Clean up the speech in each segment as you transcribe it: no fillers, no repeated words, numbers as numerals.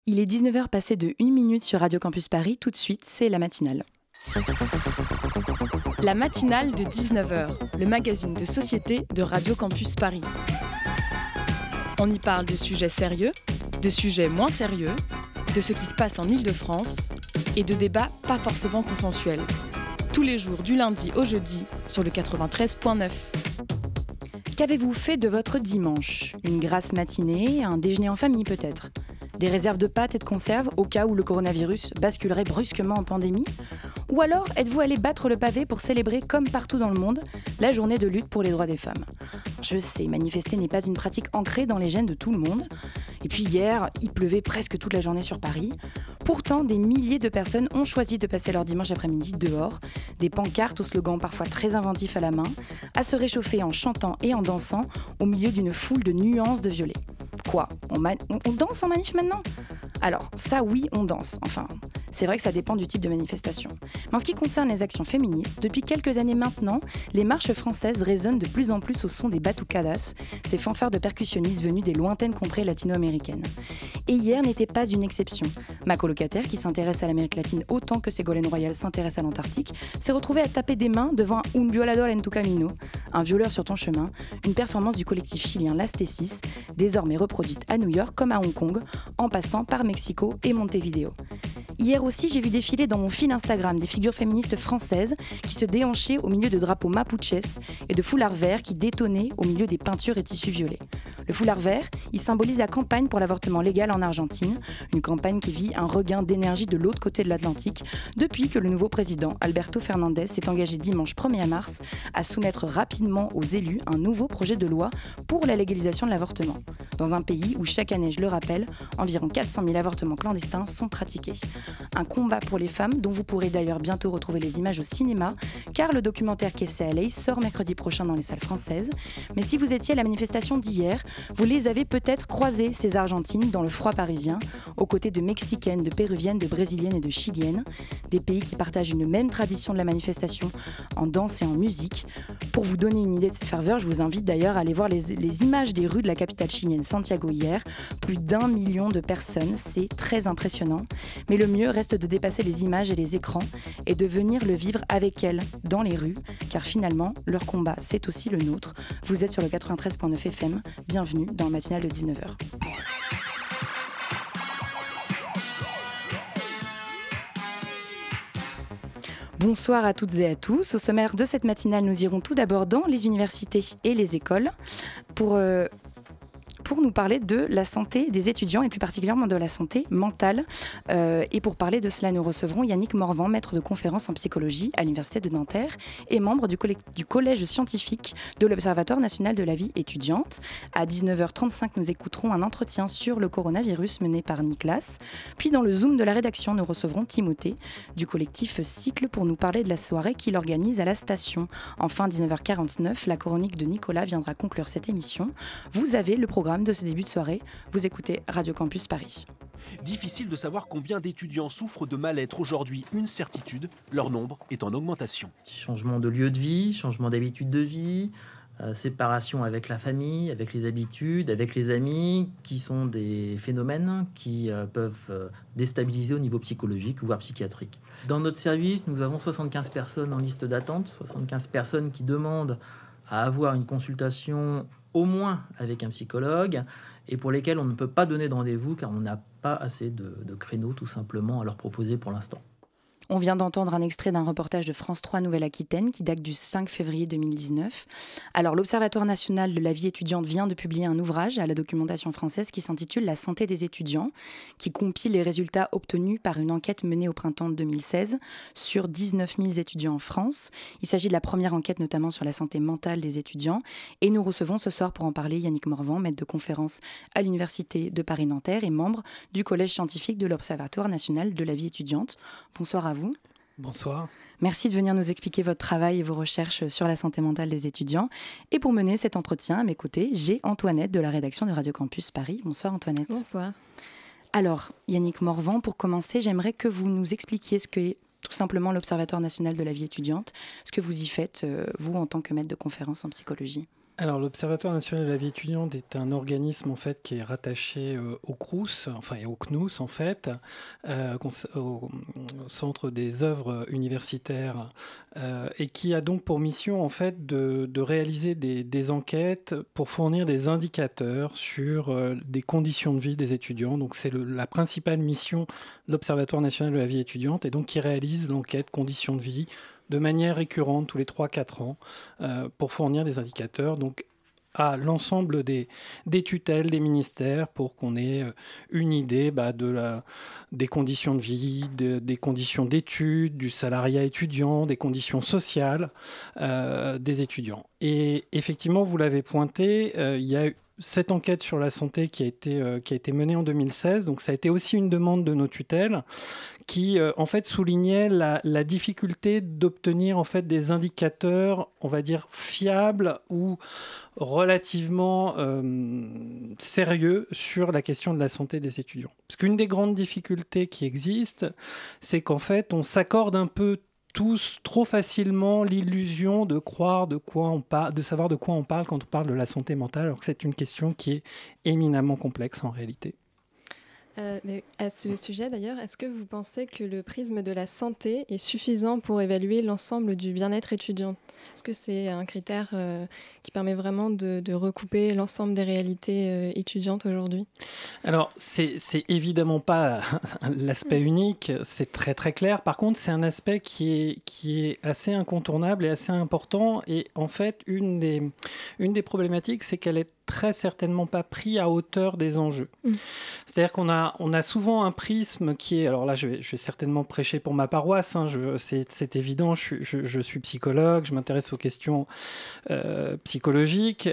Il est 19h passé de 1 minute sur Radio Campus Paris. Tout de suite, c'est la matinale. La matinale de 19h, le magazine de société de Radio Campus Paris. On y parle de sujets sérieux, de sujets moins sérieux, de ce qui se passe en Île-de-France et de débats pas forcément consensuels. Tous les jours du lundi au jeudi sur le 93.9. Qu'avez-vous fait de votre dimanche ? Une grasse matinée, un déjeuner en famille peut-être ? Des réserves de pâtes et de conserves au cas où le coronavirus basculerait brusquement en pandémie ? Ou alors êtes-vous allé battre le pavé pour célébrer, comme partout dans le monde, la journée de lutte pour les droits des femmes ? Je sais, manifester n'est pas une pratique ancrée dans les gènes de tout le monde. Et puis hier, il pleuvait presque toute la journée sur Paris. Pourtant, des milliers de personnes ont choisi de passer leur dimanche après-midi dehors, des pancartes aux slogans parfois très inventifs à la main, à se réchauffer en chantant et en dansant au milieu d'une foule de nuances de violet. Quoi ? On danse en manif maintenant ? Alors, ça oui, on danse. Enfin, c'est vrai que ça dépend du type de manifestation. Mais en ce qui concerne les actions féministes, depuis quelques années maintenant, les marches françaises résonnent de plus en plus au son des batucadas, ces fanfares de percussionnistes venus des lointaines contrées latino-américaines. Et hier n'était pas une exception. Ma colocataire, qui s'intéresse à l'Amérique latine autant que Ségolène Royal s'intéresse à l'Antarctique, s'est retrouvée à taper des mains devant un violador en tu camino, un violeur sur ton chemin, une performance du collectif chilien Las Tesis, désormais reproduite à New York comme à Hong Kong, en passant par Mexico et Montevideo. Hier aussi, j'ai vu défiler dans mon fil Instagram des figures féministes françaises qui se déhanchaient au milieu de drapeaux mapuches et de foulards verts qui détonnaient au milieu des peintures et tissus violets. Le foulard vert, il symbolise la campagne pour l'avortement légal en Argentine, une campagne qui vit un regain d'énergie de l'autre côté de l'Atlantique depuis que le nouveau président Alberto Fernandez s'est engagé dimanche 1er mars à soumettre rapidement aux élus un nouveau projet de loi pour la légalisation de l'avortement. Dans un pays où chaque année, je le rappelle, environ 400 000 avortements clandestins sont pratiqués. Un combat pour les femmes dont vous pourrez d'ailleurs bientôt retrouver les images au cinéma, car le documentaire Kessé LA sort mercredi prochain dans les salles françaises. Mais si vous étiez à la manifestation d'hier, vous les avez peut-être croisées, ces Argentines, dans le froid parisien, aux côtés de Mexicaines, de Péruviennes, de Brésiliennes et de Chiliennes, des pays qui partagent une même tradition de la manifestation en danse et en musique. Pour vous donner une idée de cette ferveur, je vous invite d'ailleurs à aller voir les images des rues de la capitale chilienne Santiago hier. Plus d'1 million de personnes, c'est très impressionnant. Mais le mieux reste de dépasser les images et les écrans et de venir le vivre avec elles dans les rues, car finalement, leur combat, c'est aussi le nôtre. Vous êtes sur le 93.9 FM, bienvenue dans le matinal de 19h. Bonsoir à toutes et à tous. Au sommaire de cette matinale, nous irons tout d'abord dans les universités et les écoles pour nous parler de la santé des étudiants et plus particulièrement de la santé mentale. Et pour parler de cela, nous recevrons Yannick Morvan, maître de conférences en psychologie à l'Université de Nanterre et membre du collège scientifique de l'Observatoire national de la vie étudiante. À 19h35, nous écouterons un entretien sur le coronavirus mené par Nicolas. Puis dans le Zoom de la rédaction, nous recevrons Timothée du collectif Cycle pour nous parler de la soirée qu'il organise à la station. Enfin, 19h49, la chronique de Nicolas viendra conclure cette émission. Vous avez le programme de ce début de soirée. Vous écoutez Radio Campus Paris. Difficile de savoir combien d'étudiants souffrent de mal-être aujourd'hui. Une certitude, leur nombre est en augmentation. Changement de lieu de vie, changement d'habitude de vie, séparation avec la famille, avec les habitudes, avec les amis, qui sont des phénomènes qui peuvent déstabiliser au niveau psychologique, voire psychiatrique. Dans notre service, nous avons 75 personnes en liste d'attente, 75 personnes qui demandent à avoir une consultation au moins avec un psychologue, et pour lesquels on ne peut pas donner de rendez-vous car on n'a pas assez de créneaux tout simplement à leur proposer pour l'instant. On vient d'entendre un extrait d'un reportage de France 3 Nouvelle-Aquitaine qui date du 5 février 2019. Alors, l'Observatoire national de la vie étudiante vient de publier un ouvrage à la documentation française qui s'intitule « La santé des étudiants », qui compile les résultats obtenus par une enquête menée au printemps 2016 sur 19 000 étudiants en France. Il s'agit de la première enquête notamment sur la santé mentale des étudiants. Et nous recevons ce soir pour en parler Yannick Morvan, maître de conférence à l'Université de Paris-Nanterre et membre du collège scientifique de l'Observatoire national de la vie étudiante. Bonsoir à vous. Bonsoir. Merci de venir nous expliquer votre travail et vos recherches sur la santé mentale des étudiants. Et pour mener cet entretien, à mes côtés, j'ai Antoinette de la rédaction de Radio Campus Paris. Bonsoir Antoinette. Bonsoir. Alors, Yannick Morvan, pour commencer, j'aimerais que vous nous expliquiez ce qu'est tout simplement l'Observatoire national de la vie étudiante, ce que vous y faites, vous, en tant que maître de conférence en psychologie. Alors, l'Observatoire national de la vie étudiante est un organisme en fait qui est rattaché au CROUS, enfin et au CNUS en fait, au Centre des œuvres universitaires, et qui a donc pour mission en fait de réaliser des enquêtes pour fournir des indicateurs sur des conditions de vie des étudiants. Donc, c'est la principale mission de l'Observatoire national de la vie étudiante, et donc qui réalise l'enquête conditions de vie de manière récurrente tous les 3-4 ans pour fournir des indicateurs donc, à l'ensemble des tutelles, des ministères, pour qu'on ait une idée des conditions de vie, des conditions d'études, du salariat étudiant, des conditions sociales des étudiants. Et effectivement, vous l'avez pointé, il y a eu cette enquête sur la santé qui a été menée en 2016. Donc ça a été aussi une demande de nos tutelles qui en fait soulignait la difficulté d'obtenir en fait des indicateurs, on va dire fiables ou relativement sérieux sur la question de la santé des étudiants. Parce qu'une des grandes difficultés qui existent, c'est qu'en fait on s'accorde un peu tous trop facilement l'illusion de croire de savoir de quoi on parle quand on parle de la santé mentale, alors que c'est une question qui est éminemment complexe en réalité. Mais à ce sujet d'ailleurs, est-ce que vous pensez que le prisme de la santé est suffisant pour évaluer l'ensemble du bien-être étudiant ? Est-ce que c'est un critère qui permet vraiment de recouper l'ensemble des réalités étudiantes aujourd'hui ? Alors, c'est évidemment pas l'aspect unique, c'est très très clair. Par contre, c'est un aspect qui est assez incontournable et assez important. Et en fait, une des problématiques, c'est qu'elle est très certainement pas pris à hauteur des enjeux. C'est-à-dire qu'on a souvent un prisme qui est... Alors là, je vais certainement prêcher pour ma paroisse, hein, c'est évident, je suis psychologue, je m'intéresse aux questions psychologiques,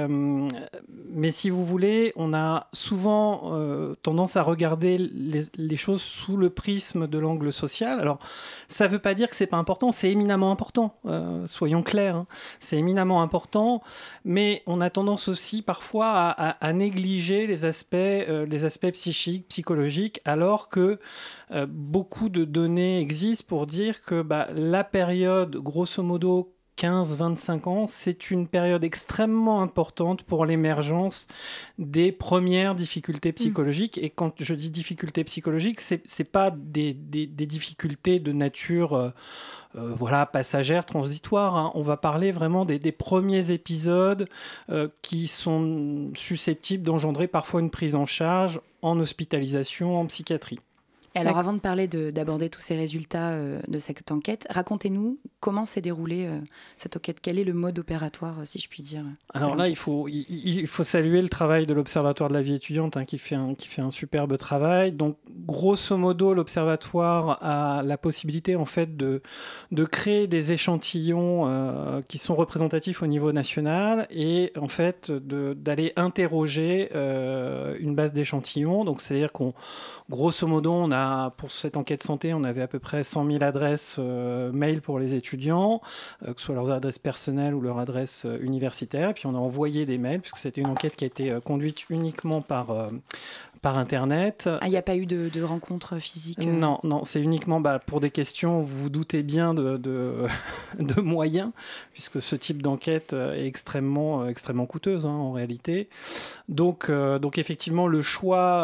mais si vous voulez, on a souvent tendance à regarder les choses sous le prisme de l'angle social. Alors, ça ne veut pas dire que ce n'est pas important, c'est éminemment important, soyons clairs, hein, c'est éminemment important, mais on a tendance aussi parfois à négliger les aspects psychiques, psychologiques, alors que beaucoup de données existent pour dire que la période, grosso modo, 15-25 ans, c'est une période extrêmement importante pour l'émergence des premières difficultés psychologiques. Et quand je dis difficultés psychologiques, c'est pas des difficultés de nature passagère, transitoire. Hein. On va parler vraiment des premiers épisodes qui sont susceptibles d'engendrer parfois une prise en charge en hospitalisation, en psychiatrie. Et alors, avant de parler d'aborder tous ces résultats de cette enquête, racontez-nous comment s'est déroulée cette enquête. Quel est le mode opératoire, si je puis dire? Alors là, il faut saluer le travail de l'Observatoire de la vie étudiante, hein, qui fait un superbe travail. Donc, grosso modo, l'Observatoire a la possibilité en fait de créer des échantillons qui sont représentatifs au niveau national et en fait d'aller interroger une base d'échantillons. Donc, c'est-à-dire grosso modo, pour cette enquête santé, on avait à peu près 100 000 adresses mail pour les étudiants, que ce soit leurs adresses personnelles ou leur adresse universitaire. Et puis on a envoyé des mails, puisque c'était une enquête qui a été conduite uniquement par Internet. Ah, il n'y a pas eu de rencontre physique Non, c'est uniquement pour des questions, vous vous doutez bien, de moyens, puisque ce type d'enquête est extrêmement coûteuse en réalité. Donc effectivement, le choix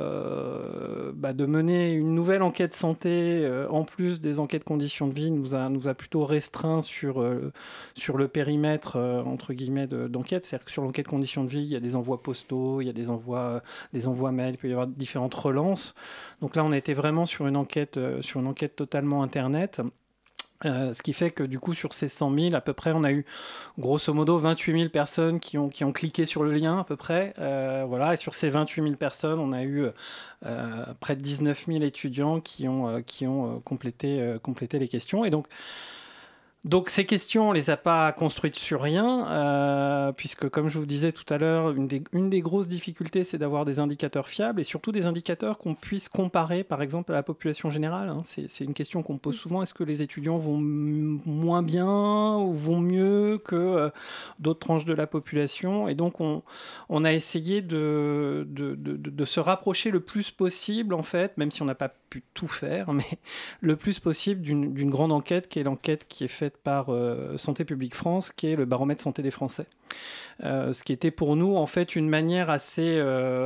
de mener une nouvelle enquête santé, en plus des enquêtes conditions de vie, nous a plutôt restreint sur le périmètre, entre guillemets, d'enquête. C'est-à-dire que sur l'enquête conditions de vie, il y a des envois postaux, il y a des envois mail, il peut y avoir différentes relances. Donc là, on était vraiment sur une enquête totalement Internet. Ce qui fait que du coup, sur ces 100 000, à peu près, on a eu grosso modo 28 000 personnes qui ont cliqué sur le lien, à peu près. Et sur ces 28 000 personnes, on a eu près de 19 000 étudiants qui ont complété les questions. Et donc ces questions, on ne les a pas construites sur rien, puisque comme je vous disais tout à l'heure, une des grosses difficultés, c'est d'avoir des indicateurs fiables et surtout des indicateurs qu'on puisse comparer, par exemple, à la population générale. Hein. C'est une question qu'on me pose souvent. Est-ce que les étudiants vont moins bien ou vont mieux que d'autres tranches de la population ? Et donc, on a essayé de se rapprocher le plus possible, en fait, même si on n'a pas pu tout faire, mais le plus possible d'une grande enquête, qui est l'enquête qui est faite faite par Santé publique France, qui est le baromètre santé des Français. Ce qui était pour nous en fait une manière assez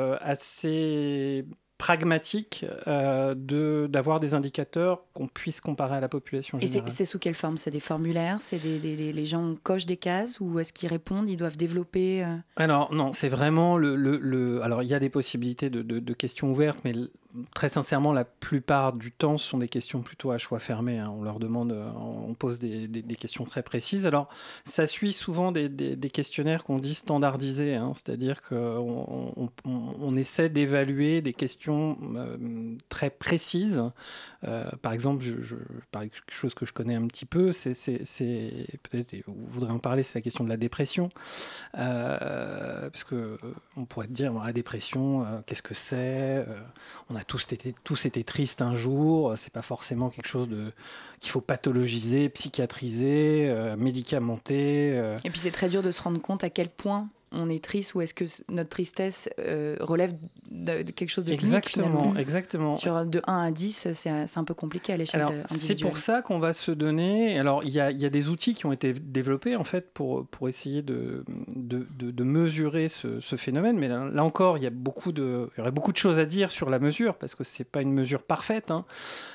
pragmatique d'avoir des indicateurs qu'on puisse comparer à la population générale. Et c'est sous quelle forme? C'est des formulaires? C'est les gens cochent des cases? Ou est-ce qu'ils répondent? Ils doivent développer Alors non, c'est vraiment alors il y a des possibilités de questions ouvertes, mais très sincèrement, la plupart du temps, ce sont des questions plutôt à choix fermé. Hein. On leur demande, on pose des questions très précises. Alors, ça suit souvent des questionnaires qu'on dit standardisés, hein. C'est-à-dire qu'on essaie d'évaluer des questions très précises. Par exemple, quelque chose que je connais un petit peu, c'est peut-être, vous voudrez en parler, c'est la question de la dépression. Parce qu'on pourrait te dire, la dépression, qu'est-ce que c'est? On a tous été tristes un jour, c'est pas forcément quelque chose qu'il faut pathologiser, psychiatriser, médicamenter. Et puis c'est très dur de se rendre compte à quel point on est triste, ou est-ce que notre tristesse relève de quelque chose de clinique finalement. Exactement. Sur de 1 à 10, c'est un peu compliqué à l'échelle individuelle. C'est pour ça qu'on va se donner... Alors, il y a des outils qui ont été développés, en fait, pour essayer de mesurer ce phénomène. Mais là encore, il y aurait beaucoup de choses à dire sur la mesure, parce que c'est pas une mesure parfaite. Hein.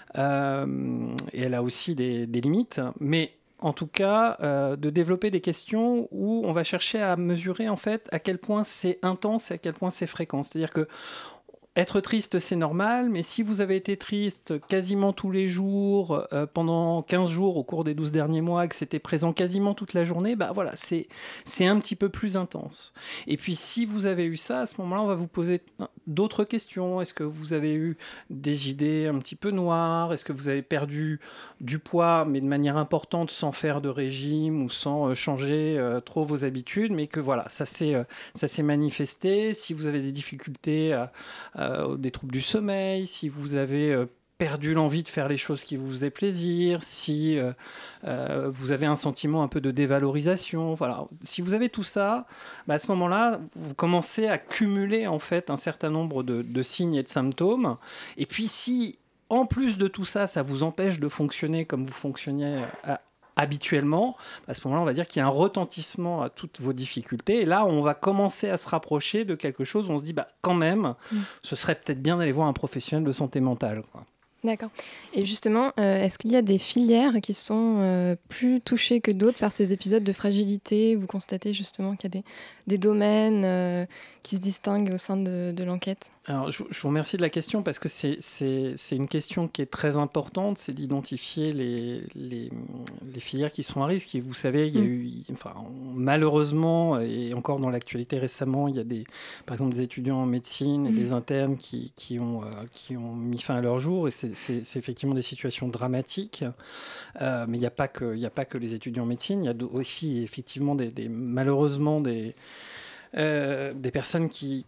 Et elle a aussi des limites. Mais... en tout cas, de développer des questions où on va chercher à mesurer en fait à quel point c'est intense et à quel point c'est fréquent. C'est-à-dire que être triste, c'est normal, mais si vous avez été triste quasiment tous les jours, pendant 15 jours au cours des 12 derniers mois, que c'était présent quasiment toute la journée, bah voilà, c'est un petit peu plus intense. Et puis si vous avez eu ça, à ce moment-là, on va vous poser d'autres questions. Est-ce que vous avez eu des idées un petit peu noires? Est-ce que vous avez perdu du poids, mais de manière importante, sans faire de régime ou sans changer trop vos habitudes, mais que voilà, ça s'est manifesté? Si vous avez des difficultés des troubles du sommeil, si vous avez perdu l'envie de faire les choses qui vous faisaient plaisir, si vous avez un sentiment un peu de dévalorisation, voilà. Si vous avez tout ça, à ce moment-là, vous commencez à cumuler en fait un certain nombre de signes et de symptômes. Et puis si, en plus de tout ça, ça vous empêche de fonctionner comme vous fonctionniez habituellement, à ce moment-là, on va dire qu'il y a un retentissement à toutes vos difficultés. Et là, on va commencer à se rapprocher de quelque chose où on se dit, quand même, ce serait peut-être bien d'aller voir un professionnel de santé mentale, quoi. D'accord. Et justement, est-ce qu'il y a des filières qui sont plus touchées que d'autres par ces épisodes de fragilité? Vous constatez justement qu'il y a des domaines qui se distinguent au sein de l'enquête? Alors, je vous remercie de la question parce que c'est une question qui est très importante, c'est d'identifier les filières qui sont à risque. Et vous savez, il y a eu, malheureusement, et encore dans l'actualité récemment, il y a par exemple des étudiants en médecine et des internes qui ont mis fin à leur jour, et c'est effectivement des situations dramatiques. Mais il n'y a pas que les étudiants en médecine, il y a aussi effectivement malheureusement des personnes qui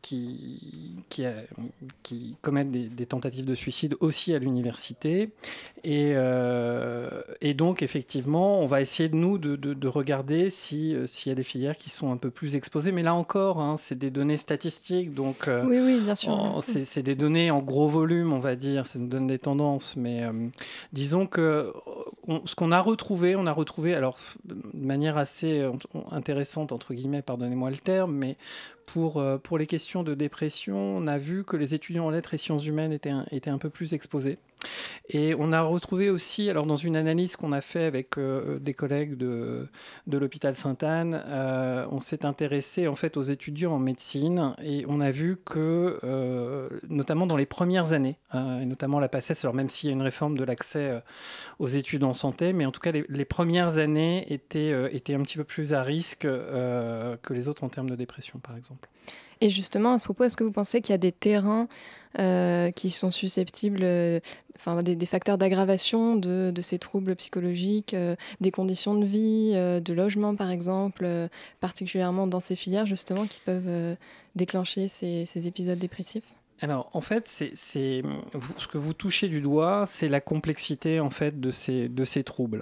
commettent des tentatives de suicide aussi à l'université. Et donc, effectivement, on va essayer de regarder s'il y a des filières qui sont un peu plus exposées. Mais là encore, hein, c'est des données statistiques. Donc, oui, bien sûr. C'est des données en gros volume, on va dire. Ça nous donne des tendances. Mais disons que ce qu'on a retrouvé, alors de manière assez intéressante, entre guillemets, pardonnez-moi le terme, mais pour les questions de dépression, on a vu que les étudiants en lettres et sciences humaines étaient un peu plus exposés. Et on a retrouvé aussi, alors dans une analyse qu'on a fait avec des collègues de l'hôpital Sainte-Anne, on s'est intéressé en fait aux étudiants en médecine, et on a vu que, notamment dans les premières années, et notamment la PACES, alors même s'il y a une réforme de l'accès aux études en santé, mais en tout cas les premières années étaient un petit peu plus à risque que les autres en termes de dépression, par exemple. Et justement, à ce propos, est-ce que vous pensez qu'il y a des terrains qui sont susceptibles, des facteurs d'aggravation de ces troubles psychologiques, des conditions de vie, de logement par exemple, particulièrement dans ces filières justement qui peuvent déclencher ces épisodes dépressifs? Alors, en fait, ce que vous touchez du doigt, c'est la complexité en fait de ces troubles.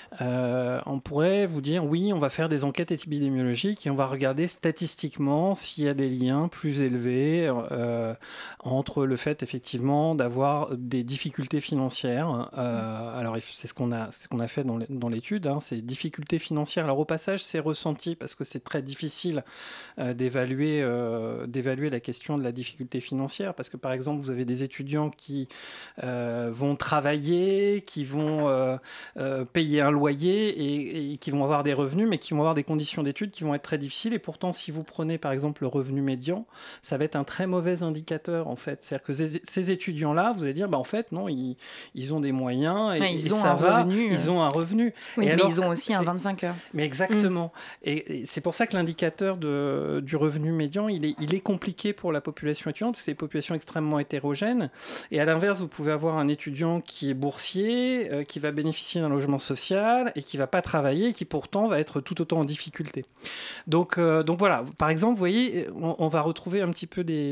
On pourrait vous dire, oui, on va faire des enquêtes épidémiologiques et on va regarder statistiquement s'il y a des liens plus élevés entre le fait effectivement d'avoir des difficultés financières. Alors, c'est ce qu'on a fait dans l'étude, hein, ces difficultés financières. Alors, au passage, c'est ressenti parce que c'est très difficile d'évaluer la question de la difficulté financière. Parce que, par exemple, vous avez des étudiants qui vont travailler, qui vont payer un loyer et qui vont avoir des revenus, mais qui vont avoir des conditions d'études qui vont être très difficiles. Et pourtant, si vous prenez, par exemple, le revenu médian, ça va être un très mauvais indicateur, en fait. C'est-à-dire que ces étudiants-là, vous allez dire, en fait, non, ils ont des moyens et ils ont un revenu. Ils ont un revenu. Oui, et mais ils ont aussi un 25 heures. Mais exactement. Et c'est pour ça que l'indicateur du revenu médian, il est compliqué pour la population étudiante. C'est population extrêmement hétérogène. Et à l'inverse, vous pouvez avoir un étudiant qui est boursier, qui va bénéficier d'un logement social et qui ne va pas travailler et qui pourtant va être tout autant en difficulté. Donc voilà, par exemple, vous voyez, on va retrouver un petit peu des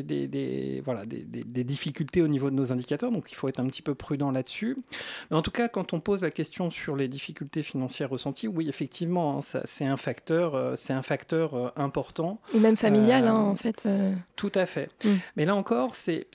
difficultés au niveau de nos indicateurs, donc il faut être un petit peu prudent là-dessus. Mais en tout cas, quand on pose la question sur les difficultés financières ressenties, oui, effectivement, hein, c'est un facteur important. Ou même familial, en fait. Tout à fait. Mais là encore,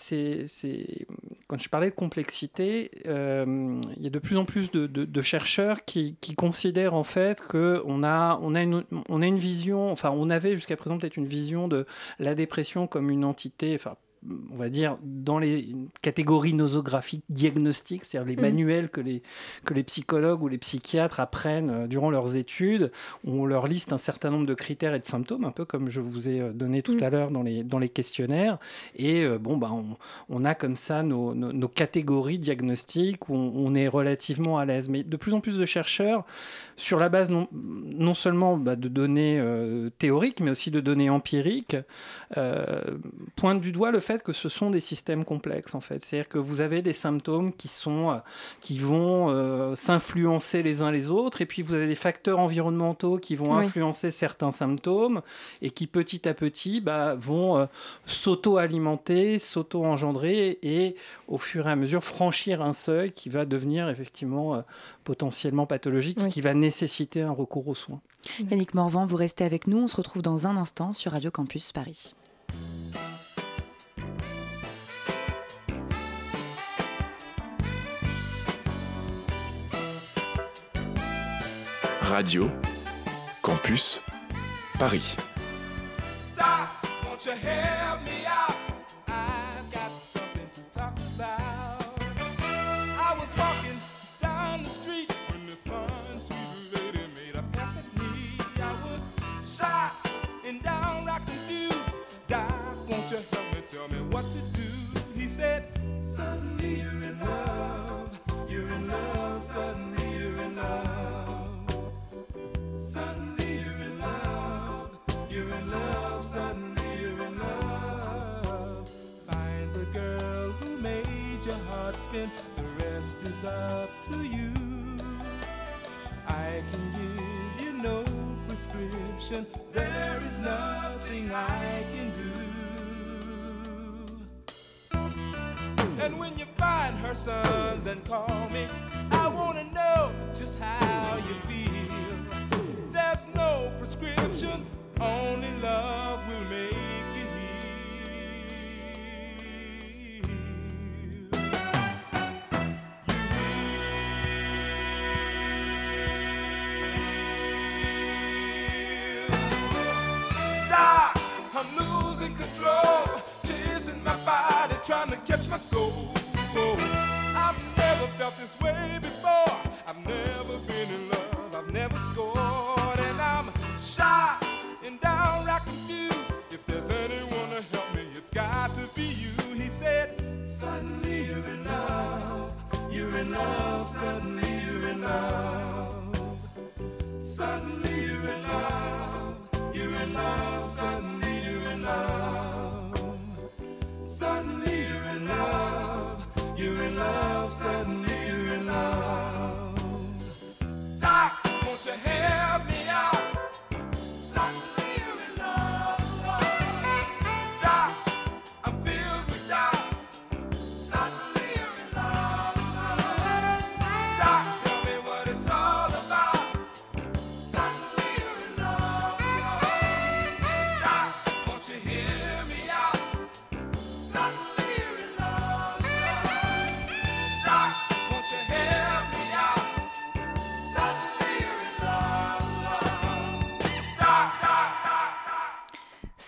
quand je parlais de complexité, il y a de plus en plus de chercheurs qui considèrent en fait qu'on a une vision, enfin on avait jusqu'à présent peut-être une vision de la dépression comme une entité, enfin on va dire, dans les catégories nosographiques diagnostiques, c'est-à-dire les manuels que les psychologues ou les psychiatres apprennent durant leurs études, où on leur liste un certain nombre de critères et de symptômes, un peu comme je vous ai donné tout à l'heure dans les questionnaires. Et on a comme ça nos catégories diagnostiques où on est relativement à l'aise. Mais de plus en plus de chercheurs, sur la base non seulement de données théoriques, mais aussi de données empiriques, pointent du doigt le fait que ce sont des systèmes complexes en fait. C'est-à-dire que vous avez des symptômes qui vont s'influencer les uns les autres, et puis vous avez des facteurs environnementaux qui vont influencer certains symptômes et qui petit à petit vont s'auto-alimenter, s'auto-engendrer et au fur et à mesure franchir un seuil qui va devenir effectivement potentiellement pathologique et qui va nécessiter un recours aux soins. Yannick Morvan, vous restez avec nous, on se retrouve dans un instant sur Radio Campus Paris. Radio Campus Paris. Doc, won't you help me out? I've got something to talk about. I was walking down the street when this fine sweet lady made a pass at me. I was shy and downright confused. Doc, won't you help me, tell me what to do? He said, suddenly you're in love. You're in love, suddenly you're in love. Suddenly you're in love, you're in love, suddenly you're in love. Find the girl who made your heart spin, the rest is up to you. I can give you no prescription, there is nothing I can do. And when you find her, son, then call me. I wanna know just how you feel. There's no prescription, only love will make you heal. Doc, I'm losing control, chasing my body, trying to catch my soul. I've never felt this way before. I've never been in love, I've never scored, and I'm shy and downright confused. If there's anyone to help me, it's got to be you. He said, suddenly you're in love, you're in love, suddenly you're in love. Suddenly you're in love, you're in love, suddenly you're in love. Suddenly you're in love, you're in love, suddenly you're in love. Doc, won't you help me out? Suddenly you're in love. Doc, I'm filled with doubt.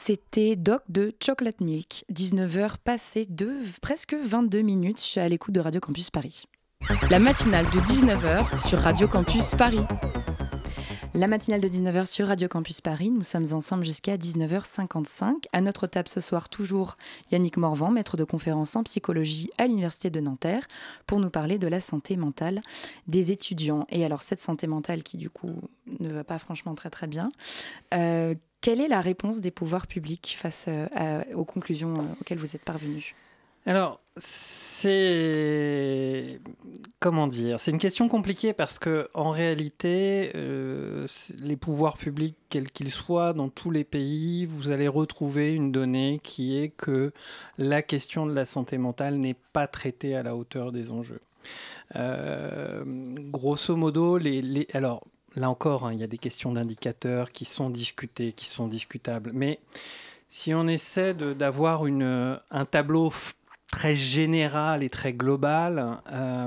C'était Doc de Chocolate Milk, 19h passées de presque 22 minutes. Je suis à l'écoute de Radio Campus Paris. La matinale de 19h sur Radio Campus Paris. La matinale de 19h sur Radio Campus Paris. Nous sommes ensemble jusqu'à 19h55. À notre table ce soir, toujours Yannick Morvan, maître de conférence en psychologie à l'Université de Nanterre, pour nous parler de la santé mentale des étudiants. Et alors, cette santé mentale qui, du coup, ne va pas franchement très très bien, quelle est la réponse des pouvoirs publics face aux conclusions auxquelles vous êtes parvenus ? Alors, c'est une question compliquée parce que en réalité, les pouvoirs publics, quels qu'ils soient, dans tous les pays, vous allez retrouver une donnée qui est que la question de la santé mentale n'est pas traitée à la hauteur des enjeux. Grosso modo, alors là encore, il y a des questions d'indicateurs qui sont discutées, qui sont discutables, mais si on essaie d'avoir un tableau très général et très global,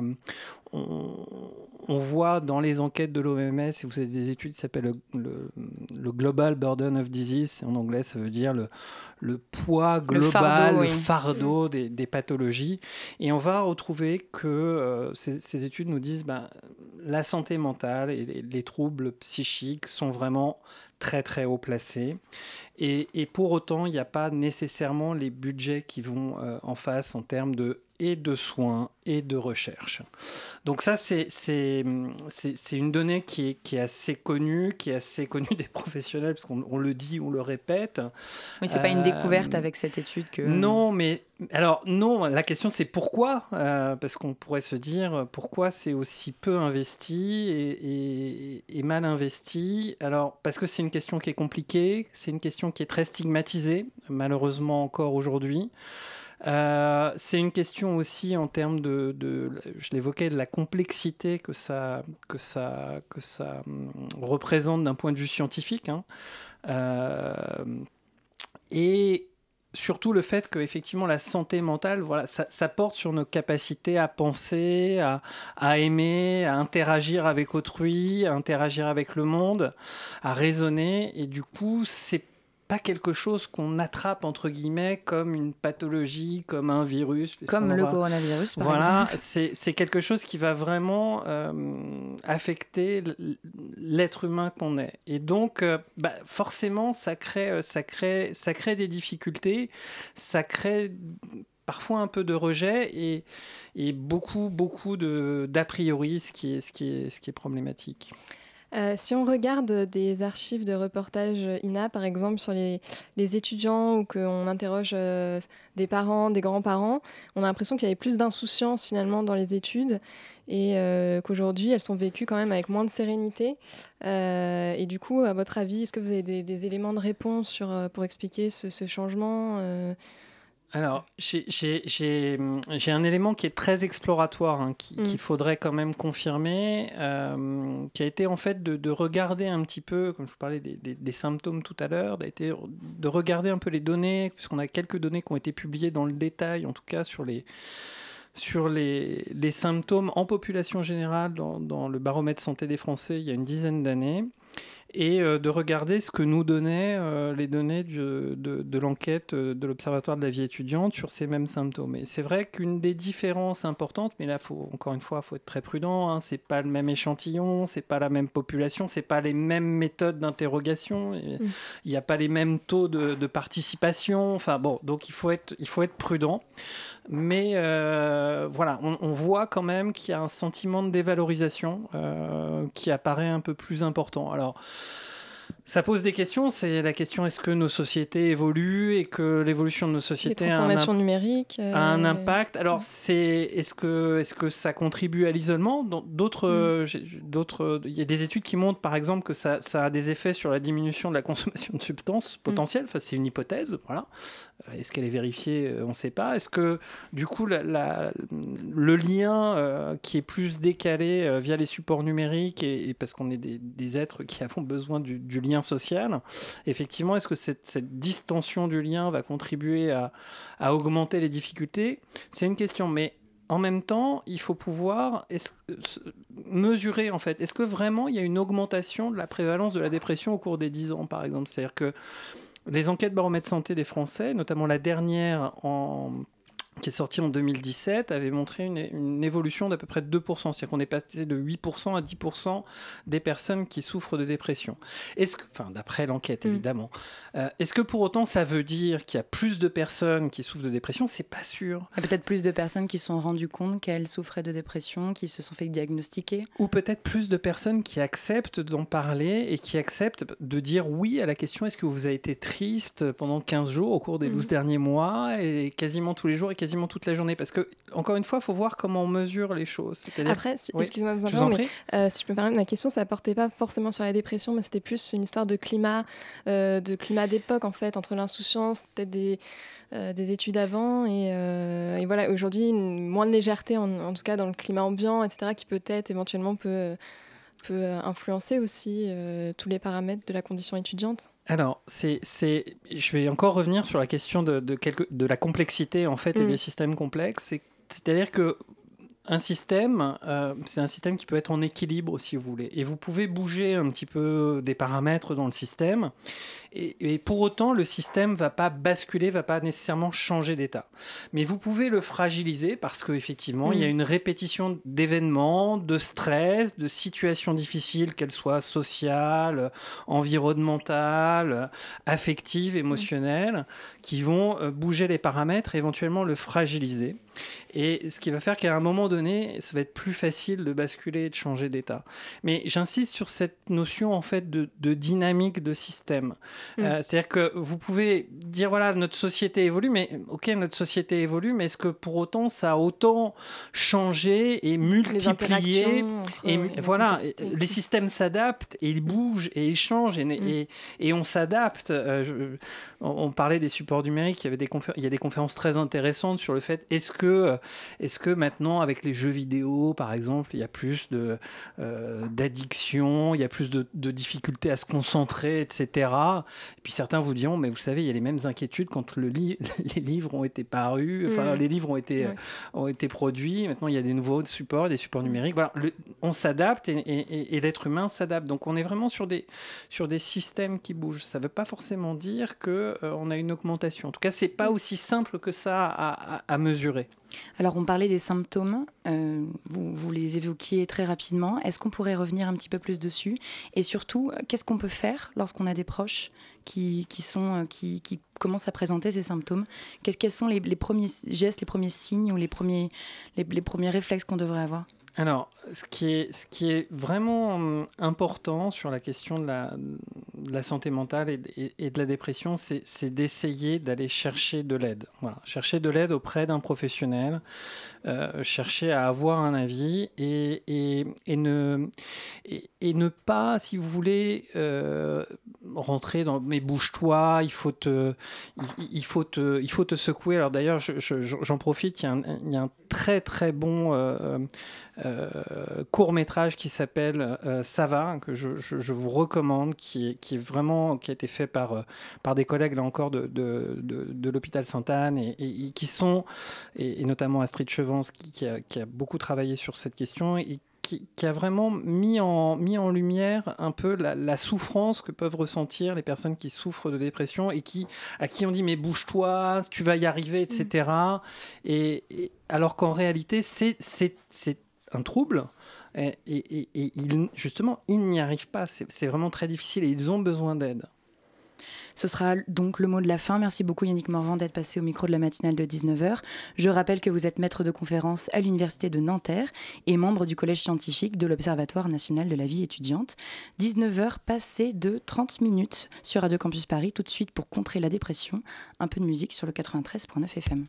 on voit dans les enquêtes de l'OMS, et vous avez des études qui s'appellent le Global Burden of Disease, en anglais ça veut dire le poids global, le fardeau des pathologies, et on va retrouver que ces études nous disent la santé mentale et les troubles psychiques sont vraiment très très haut placés, et pour autant il n'y a pas nécessairement les budgets qui vont en face en termes de soins et de recherche. Donc ça, c'est une donnée qui est assez connue des professionnels, parce qu'on le dit, on le répète. Oui, c'est pas une découverte avec cette étude que... Non, la question c'est pourquoi, parce qu'on pourrait se dire pourquoi c'est aussi peu investi et mal investi. Alors, parce que c'est une question qui est compliquée, c'est une question qui est très stigmatisée, malheureusement encore aujourd'hui. C'est une question aussi en termes je l'évoquais, de la complexité que ça représente d'un point de vue scientifique, et surtout le fait qu'effectivement la santé mentale, ça porte sur nos capacités à penser, à aimer, à interagir avec autrui, à interagir avec le monde, à raisonner, et du coup c'est pas quelque chose qu'on attrape entre guillemets comme une pathologie, comme un virus, comme le coronavirus par exemple. C'est quelque chose qui va vraiment affecter l'être humain qu'on est, et donc forcément ça crée des difficultés, ça crée parfois un peu de rejet et beaucoup d'a priori, ce qui est problématique. Si on regarde des archives de reportages INA, par exemple, sur les étudiants, ou qu'on interroge des parents, des grands-parents, on a l'impression qu'il y avait plus d'insouciance finalement dans les études, et qu'aujourd'hui elles sont vécues quand même avec moins de sérénité. Et du coup, à votre avis, est-ce que vous avez des éléments de réponse pour expliquer ce changement Alors, j'ai un élément qui est très exploratoire, qu'il faudrait quand même confirmer, qui a été en fait de regarder un petit peu, comme je vous parlais des symptômes tout à l'heure, de regarder un peu les données, puisqu'on a quelques données qui ont été publiées dans le détail, en tout cas sur les symptômes en population générale dans le baromètre santé des Français il y a une dizaine d'années, et de regarder ce que nous donnaient les données de l'enquête de l'Observatoire de la vie étudiante sur ces mêmes symptômes. Et c'est vrai qu'une des différences importantes, mais là, encore une fois, il faut être très prudent, c'est pas le même échantillon, c'est pas la même population, c'est pas les mêmes méthodes d'interrogation, il n'y a pas les mêmes taux de participation, enfin bon, donc il faut être prudent. Mais on voit quand même qu'il y a un sentiment de dévalorisation qui apparaît un peu plus important. Alors, ça pose des questions. C'est la question, est-ce que nos sociétés évoluent et que l'évolution de nos sociétés a un impact. Alors, est-ce que ça contribue à l'isolement ? Il y a des études qui montrent, par exemple, que ça a des effets sur la diminution de la consommation de substances potentielles. Enfin, c'est une hypothèse. Voilà. Est-ce qu'elle est vérifiée ? On ne sait pas. Est-ce que, du coup, le lien qui est plus décalé via les supports numériques, et parce qu'on est des êtres qui avons besoin du lien social, effectivement, est-ce que cette distension du lien va contribuer à augmenter les difficultés ? C'est une question, mais en même temps, il faut pouvoir mesurer, en fait, est-ce que vraiment il y a une augmentation de la prévalence de la dépression au cours des 10 ans, par exemple ? C'est-à-dire que Les enquêtes baromètre santé des Français, notamment la dernière qui est sortie en 2017, avait montré une évolution d'à peu près de 2%. C'est-à-dire qu'on est passé de 8% à 10% des personnes qui souffrent de dépression. D'après l'enquête, évidemment. Est-ce que pour autant, ça veut dire qu'il y a plus de personnes qui souffrent de dépression ? C'est pas sûr. Il y a peut-être plus de personnes qui se sont rendues compte qu'elles souffraient de dépression, qui se sont fait diagnostiquer. Ou peut-être plus de personnes qui acceptent d'en parler et qui acceptent de dire oui à la question « Est-ce que vous avez été triste pendant 15 jours au cours des 12 derniers mois ?» et quasiment tous les jours et quasiment toute la journée, parce que encore une fois, il faut voir comment on mesure les choses. Après, excusez-moi de vous interrompre, mais si je peux me permettre, ma question, ça portait pas forcément sur la dépression, mais c'était plus une histoire de climat d'époque en fait, entre l'insouciance, peut-être des études avant et voilà, aujourd'hui moins de légèreté en tout cas dans le climat ambiant, etc., qui peut-être éventuellement peut influencer aussi tous les paramètres de la condition étudiante. Alors, je vais encore revenir sur la question de la complexité en fait, et des systèmes complexes. C'est-à-dire que un système, c'est un système qui peut être en équilibre, si vous voulez. Et vous pouvez bouger un petit peu des paramètres dans le système. Et pour autant, le système ne va pas basculer, ne va pas nécessairement changer d'état. Mais vous pouvez le fragiliser parce qu'effectivement, il y a une répétition d'événements, de stress, de situations difficiles, qu'elles soient sociales, environnementales, affectives, émotionnelles, qui vont bouger les paramètres et éventuellement le fragiliser. Et ce qui va faire qu'à un moment donné, ça va être plus facile de basculer et de changer d'état. Mais j'insiste sur cette notion en fait de dynamique de système. C'est-à-dire que vous pouvez dire voilà, notre société évolue, mais ok, notre société évolue, mais est-ce que pour autant ça a autant changé et multiplié voilà, les systèmes s'adaptent et ils bougent et ils changent et on s'adapte. On parlait des supports numériques, il y a des conférences très intéressantes sur le fait est-ce que maintenant avec les jeux vidéo par exemple il y a plus d'addiction, il y a plus de difficultés à se concentrer, etc. Et puis certains vous diront mais vous savez il y a les mêmes inquiétudes quand les livres ont été parus, les livres ont été produits, maintenant il y a des nouveaux supports, des supports numériques, voilà, on s'adapte et l'être humain s'adapte, donc on est vraiment sur des systèmes qui bougent. Ça ne veut pas forcément dire qu'on a une augmentation, en tout cas c'est pas aussi simple que ça à mesurer. Alors, on parlait des symptômes, vous les évoquiez très rapidement. Est-ce qu'on pourrait revenir un petit peu plus dessus ? Et surtout, qu'est-ce qu'on peut faire lorsqu'on a des proches qui commencent à présenter ces symptômes ? Quels sont les premiers gestes, les premiers signes ou les premiers réflexes qu'on devrait avoir ? Alors, ce qui est vraiment important sur la question de la santé mentale et de la dépression, c'est d'essayer d'aller chercher de l'aide. Voilà, chercher de l'aide auprès d'un professionnel, chercher à avoir un avis et ne pas, si vous voulez, rentrer dans « mais bouge-toi, il faut te secouer ». Alors d'ailleurs, j'en profite, il y a un très très bon court-métrage qui s'appelle Ça va, que je vous recommande, qui a été fait par des collègues là encore de l'hôpital Sainte-Anne et qui sont, et notamment Astrid Chevance qui a beaucoup travaillé sur cette question et qui a vraiment mis en lumière un peu la souffrance que peuvent ressentir les personnes qui souffrent de dépression et à qui on dit mais bouge-toi, tu vas y arriver, etc. Et alors qu'en réalité c'est un trouble et justement ils n'y arrivent pas, c'est vraiment très difficile et ils ont besoin d'aide. Ce sera donc le mot de la fin. Merci beaucoup Yannick Morvan d'être passé au micro de la matinale de 19h. Je rappelle que vous êtes maître de conférence à l'Université de Nanterre et membre du collège scientifique de l'Observatoire national de la vie étudiante. 19h passé de 30 minutes sur Radio Campus Paris. Tout de suite pour contrer la dépression, un peu de musique sur le 93.9 FM.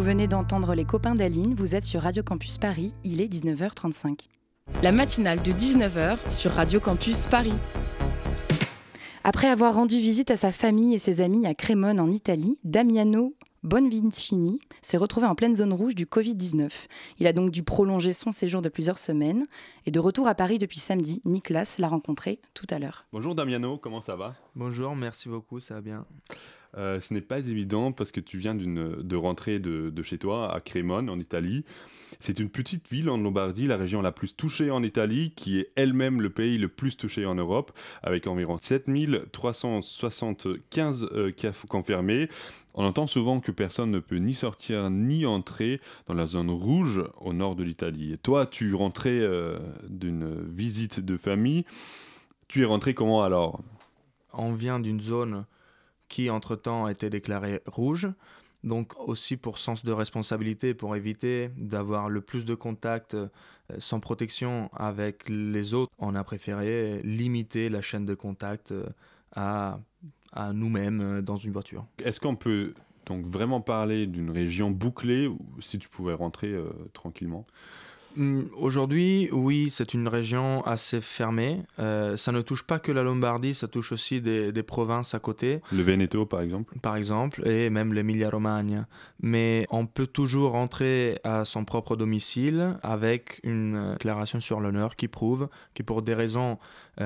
venez d'entendre les copains d'Aline, vous êtes sur Radio Campus Paris, il est 19h35. La matinale de 19h sur Radio Campus Paris. Après avoir rendu visite à sa famille et ses amis à Crémone en Italie, Damiano Bonvicini s'est retrouvé en pleine zone rouge du Covid-19. Il a donc dû prolonger son séjour de plusieurs semaines. Et de retour à Paris depuis samedi, Nicolas l'a rencontré tout à l'heure. Bonjour Damiano, comment ça va ? Bonjour, merci beaucoup, ça va bien. Ce n'est pas évident parce que tu viens de rentrer de chez toi à Crémone en Italie. C'est une petite ville en Lombardie, la région la plus touchée en Italie, qui est elle-même le pays le plus touché en Europe, avec environ 7375 cas confirmés. On entend souvent que personne ne peut ni sortir ni entrer dans la zone rouge au nord de l'Italie. Et toi, tu rentrais d'une visite de famille. Tu es rentré comment alors ? On vient d'une zone qui entre-temps a été déclarée rouge, donc aussi pour sens de responsabilité, pour éviter d'avoir le plus de contacts sans protection avec les autres, on a préféré limiter la chaîne de contact à nous-mêmes dans une voiture. Est-ce qu'on peut donc vraiment parler d'une région bouclée, ou si tu pouvais rentrer tranquillement ? Aujourd'hui, oui, c'est une région assez fermée. Ça ne touche pas que la Lombardie, ça touche aussi des provinces à côté. Le Veneto, par exemple ? Par exemple, et même l'Emilia-Romagna. Mais on peut toujours rentrer à son propre domicile avec une déclaration sur l'honneur qui prouve que pour des raisons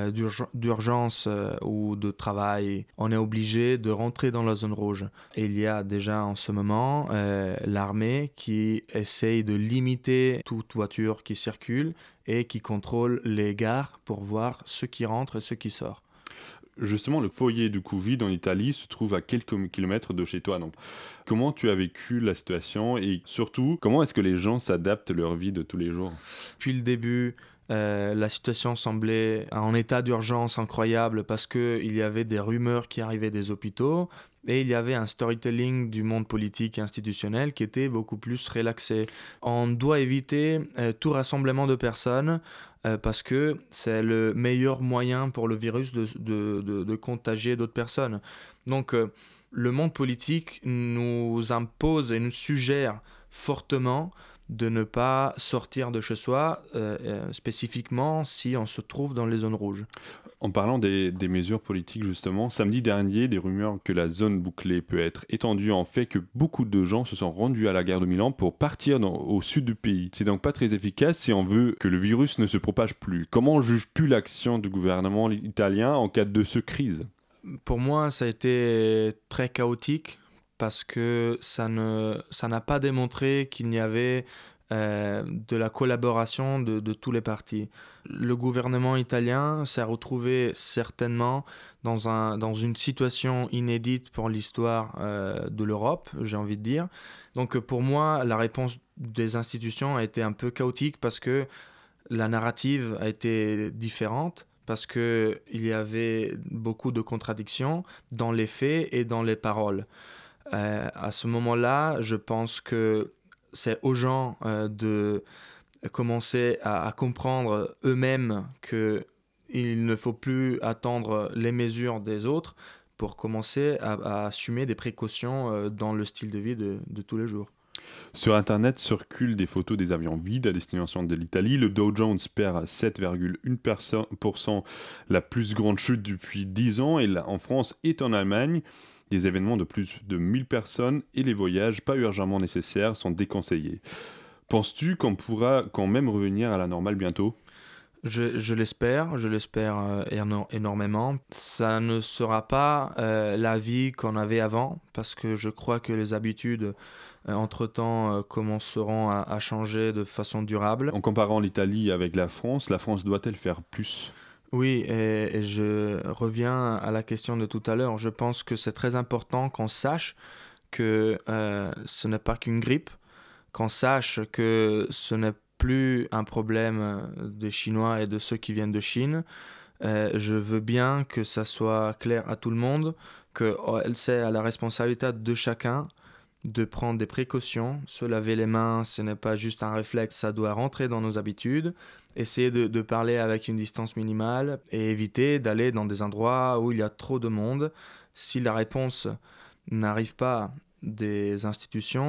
d'urgence ou de travail, on est obligé de rentrer dans la zone rouge. Et il y a déjà en ce moment l'armée qui essaye de limiter toute voiture qui circule et qui contrôle les gares pour voir ceux qui rentrent et ceux qui sortent. Justement, le foyer du Covid en Italie se trouve à quelques kilomètres de chez toi. Donc, comment tu as vécu la situation et surtout, comment est-ce que les gens s'adaptent à leur vie de tous les jours ? Depuis le début, la situation semblait en état d'urgence incroyable parce qu'il y avait des rumeurs qui arrivaient des hôpitaux et il y avait un storytelling du monde politique et institutionnel qui était beaucoup plus relaxé. On doit éviter tout rassemblement de personnes parce que c'est le meilleur moyen pour le virus de contagier d'autres personnes. Donc le monde politique nous impose et nous suggère fortement de ne pas sortir de chez soi, spécifiquement si on se trouve dans les zones rouges. En parlant des mesures politiques justement, samedi dernier, des rumeurs que la zone bouclée peut être étendue en fait que beaucoup de gens se sont rendus à la gare de Milan pour partir au sud du pays. C'est donc pas très efficace si on veut que le virus ne se propage plus. Comment juges-tu l'action du gouvernement italien en cas de cette crise ? Pour moi, ça a été très chaotique parce que ça n'a pas démontré qu'il y avait de la collaboration de tous les partis. Le gouvernement italien s'est retrouvé certainement dans une situation inédite pour l'histoire de l'Europe, j'ai envie de dire. Donc pour moi, la réponse des institutions a été un peu chaotique parce que la narrative a été différente, parce qu'il y avait beaucoup de contradictions dans les faits et dans les paroles. À ce moment-là, je pense que c'est aux gens de commencer à comprendre eux-mêmes qu'il ne faut plus attendre les mesures des autres pour commencer à assumer des précautions dans le style de vie de tous les jours. Sur Internet circulent des photos des avions vides à destination de l'Italie. Le Dow Jones perd 7,1%, la plus grande chute depuis 10 ans, et en France et en Allemagne. Des événements de plus de 1000 personnes et les voyages pas urgemment nécessaires sont déconseillés. Penses-tu qu'on pourra quand même revenir à la normale bientôt ? Je l'espère énormément. Ça ne sera pas la vie qu'on avait avant, parce que je crois que les habitudes, entre-temps, commenceront à changer de façon durable. En comparant l'Italie avec la France doit-elle faire plus ? Oui, et je reviens à la question de tout à l'heure. Je pense que c'est très important qu'on sache que ce n'est pas qu'une grippe, qu'on sache que ce n'est plus un problème des Chinois et de ceux qui viennent de Chine. Je veux bien que ça soit clair à tout le monde, que c'est à la responsabilité de chacun de prendre des précautions. Se laver les mains, ce n'est pas juste un réflexe, ça doit rentrer dans nos habitudes. Essayer de parler avec une distance minimale et éviter d'aller dans des endroits où il y a trop de monde. Si la réponse n'arrive pas des institutions,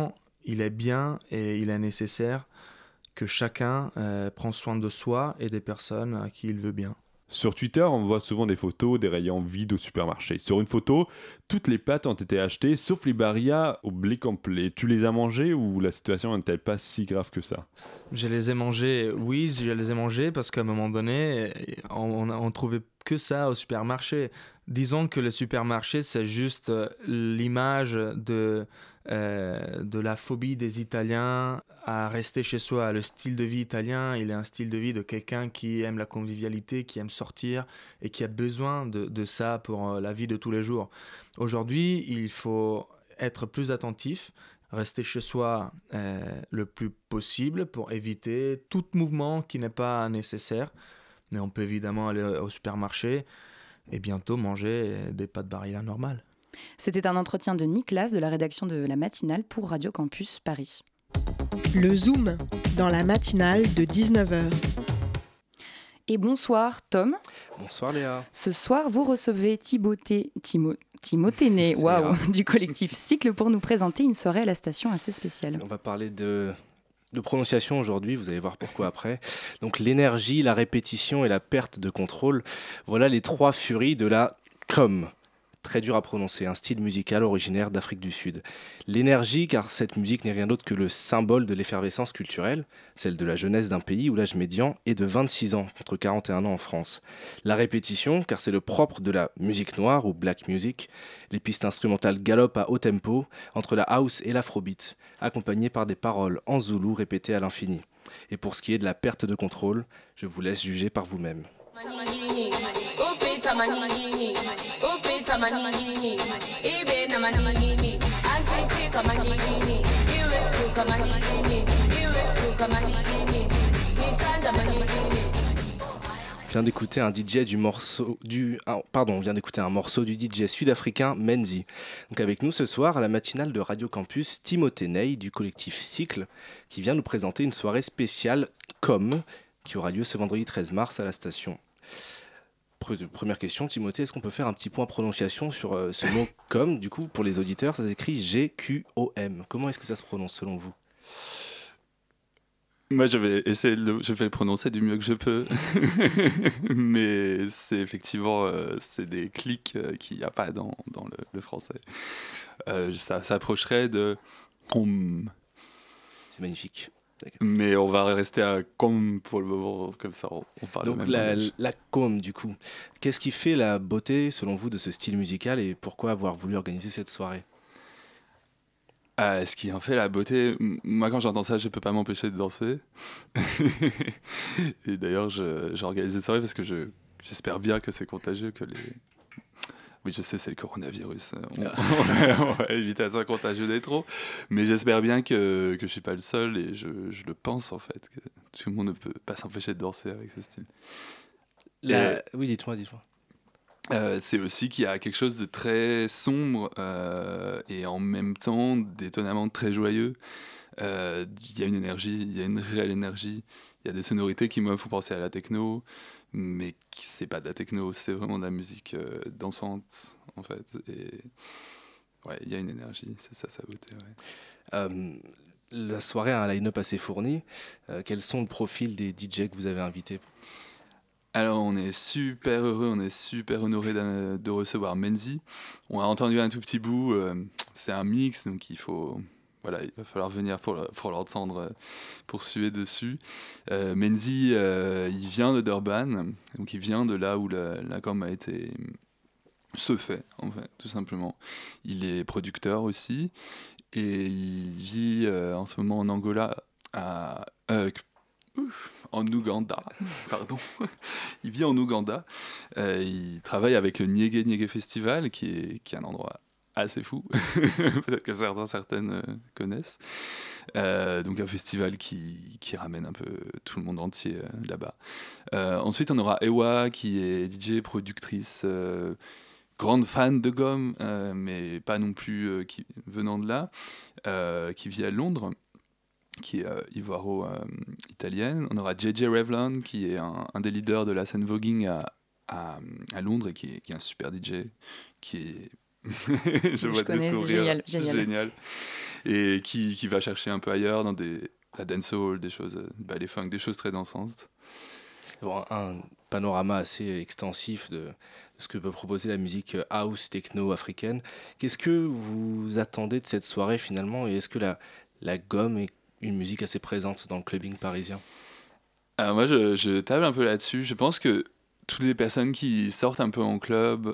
il est bien et il est nécessaire que chacun prenne soin de soi et des personnes à qui il veut bien. Sur Twitter, on voit souvent des photos des rayons vides au supermarché. Sur une photo, toutes les pâtes ont été achetées, sauf les barilla au blé complet. Tu les as mangées ou la situation n'est-elle pas si grave que ça ? Je les ai mangées, oui, je les ai mangées parce qu'à un moment donné, on trouvait que ça au supermarché. Disons que le supermarché, c'est juste l'image de la phobie des Italiens à rester chez soi. Le style de vie italien, il est un style de vie de quelqu'un qui aime la convivialité, qui aime sortir et qui a besoin de ça pour la vie de tous les jours. Aujourd'hui, il faut être plus attentif, rester chez soi le plus possible pour éviter tout mouvement qui n'est pas nécessaire. Mais on peut évidemment aller au supermarché et bientôt manger des pâtes barilla normales. C'était un entretien de Nicolas de la rédaction de La Matinale pour Radio Campus Paris. Le Zoom, dans la matinale de 19h. Et bonsoir Tom. Bonsoir Léa. Ce soir, vous recevez Timothée Né, du collectif Cycle pour nous présenter une soirée à la station assez spéciale. On va parler de prononciation aujourd'hui, vous allez voir pourquoi après. Donc l'énergie, la répétition et la perte de contrôle, voilà les trois furies de la com. Très dur à prononcer, un style musical originaire d'Afrique du Sud. L'énergie, car cette musique n'est rien d'autre que le symbole de l'effervescence culturelle, celle de la jeunesse d'un pays où l'âge médian est de 26 ans, contre 41 ans en France. La répétition, car c'est le propre de la musique noire ou black music. Les pistes instrumentales galopent à haut tempo entre la house et l'afrobeat, accompagnées par des paroles en zoulou répétées à l'infini. Et pour ce qui est de la perte de contrôle, je vous laisse juger par vous-même. On vient d'écouter un morceau du DJ sud-africain Menzi. Donc avec nous ce soir à la matinale de Radio Campus, Timothée Ney du collectif Cycle qui vient nous présenter une soirée spéciale com qui aura lieu ce vendredi 13 mars à la station. Première question, Timothée, est-ce qu'on peut faire un petit point prononciation sur ce mot com? Du coup, pour les auditeurs, ça s'écrit G-Q-O-M. Comment est-ce que ça se prononce selon vous? Moi, je vais le prononcer du mieux que je peux. Mais c'est effectivement c'est des clics qu'il n'y a pas dans le français. Ça s'approcherait de com. C'est magnifique. Mais on va rester à com pour le moment, comme ça on parle donc même langage. La com du coup. Qu'est-ce qui fait la beauté selon vous de ce style musical et pourquoi avoir voulu organiser cette soirée? Ce qui en fait la beauté, moi quand j'entends ça je peux pas m'empêcher de danser. Et d'ailleurs j'organise des soirées parce que j'espère bien que c'est contagieux, que les... Oui, je sais, c'est le coronavirus. On va éviter à ça contagieux des trop. Mais j'espère bien que je ne suis pas le seul et je le pense en fait, que tout le monde ne peut pas s'empêcher de danser avec ce style. Oui, dites-moi. C'est aussi qu'il y a quelque chose de très sombre et en même temps d'étonnamment très joyeux. Il y a une énergie, il y a une réelle énergie. Il y a des sonorités qui me font penser à la techno. Mais c'est pas de la techno, c'est vraiment de la musique dansante en fait. Et ouais, il y a une énergie, c'est ça sa beauté. Ouais. La soirée a un line-up assez fourni. Quels sont le profil des DJ que vous avez invités? Alors on est super heureux, on est super honoré de recevoir Menzi. On a entendu un tout petit bout, c'est un mix donc il va falloir venir pour l'entendre poursuivre dessus. Menzi, il vient de Durban, donc il vient de là où la com a été se fait, en fait, tout simplement. Il est producteur aussi, et il vit en ce moment en Angola, en Ouganda, pardon. Il vit en Ouganda. Il travaille avec le Nyege Nyege Festival, qui est un endroit assez fou, peut-être que certaines connaissent. Donc un festival qui ramène un peu tout le monde entier là-bas. Ensuite, on aura Ewa, qui est DJ, productrice, grande fan de gomme, mais pas non plus venant de là, qui vit à Londres, qui est ivoiro-italienne. On aura JJ Revlon, qui est un des leaders de la scène voguing à Londres et qui est un super DJ, qui est Je vois connais, des sourires. génial. Et qui va chercher un peu ailleurs dans la dancehall, des choses, les funk, des choses très dansantes. Bon, un panorama assez extensif de ce que peut proposer la musique house, techno africaine. Qu'est-ce que vous attendez de cette soirée finalement, et est-ce que la gomme est une musique assez présente dans le clubbing parisien? Alors moi, je table un peu là-dessus. Je pense que toutes les personnes qui sortent un peu en club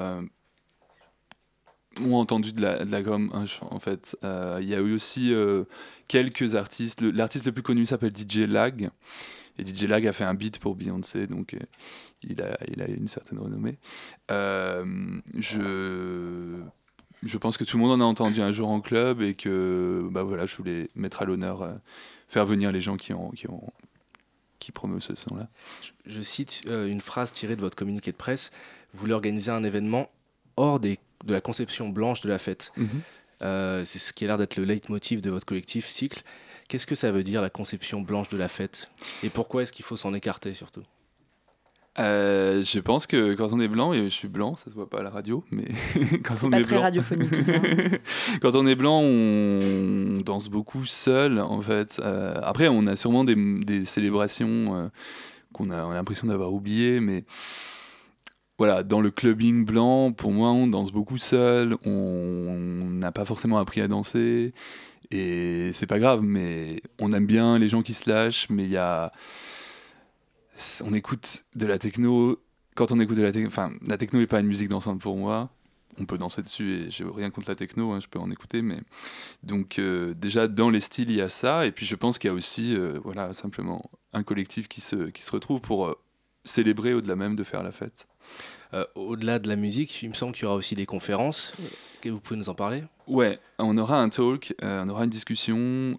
ont entendu de la gomme, en fait. Il y a eu aussi quelques artistes. L'artiste le plus connu s'appelle DJ Lag. Et DJ Lag a fait un beat pour Beyoncé, donc il a une certaine renommée. Je pense que tout le monde en a entendu un jour en club et que je voulais mettre à l'honneur, faire venir les gens qui promeuvent ce son-là. Je cite une phrase tirée de votre communiqué de presse. Vous voulez organiser un événement hors de la conception blanche de la fête. C'est ce qui a l'air d'être le leitmotiv de votre collectif Cycle. Qu'est-ce que ça veut dire, la conception blanche de la fête? Et pourquoi est-ce qu'il faut s'en écarter, surtout? Je pense que quand on est blanc, et je suis blanc, ça se voit pas à la radio, mais quand on pas est très blanc, radiophonique tout ça. Quand on est blanc, on danse beaucoup seul, en fait. Après, on a sûrement des célébrations qu'on a l'impression d'avoir oubliées, mais voilà, dans le clubbing blanc, pour moi, on danse beaucoup seul, on n'a pas forcément appris à danser, et c'est pas grave, mais on aime bien les gens qui se lâchent, mais on écoute de la techno. Quand on écoute de la techno, la techno n'est pas une musique dansante pour moi. On peut danser dessus et j'ai rien contre la techno, je peux en écouter, mais donc déjà dans les styles il y a ça, et puis je pense qu'il y a aussi simplement un collectif qui se retrouve pour célébrer au-delà même de faire la fête. Au-delà de la musique, il me semble qu'il y aura aussi des conférences. Vous pouvez nous en parler? Ouais, on aura un talk, on aura une discussion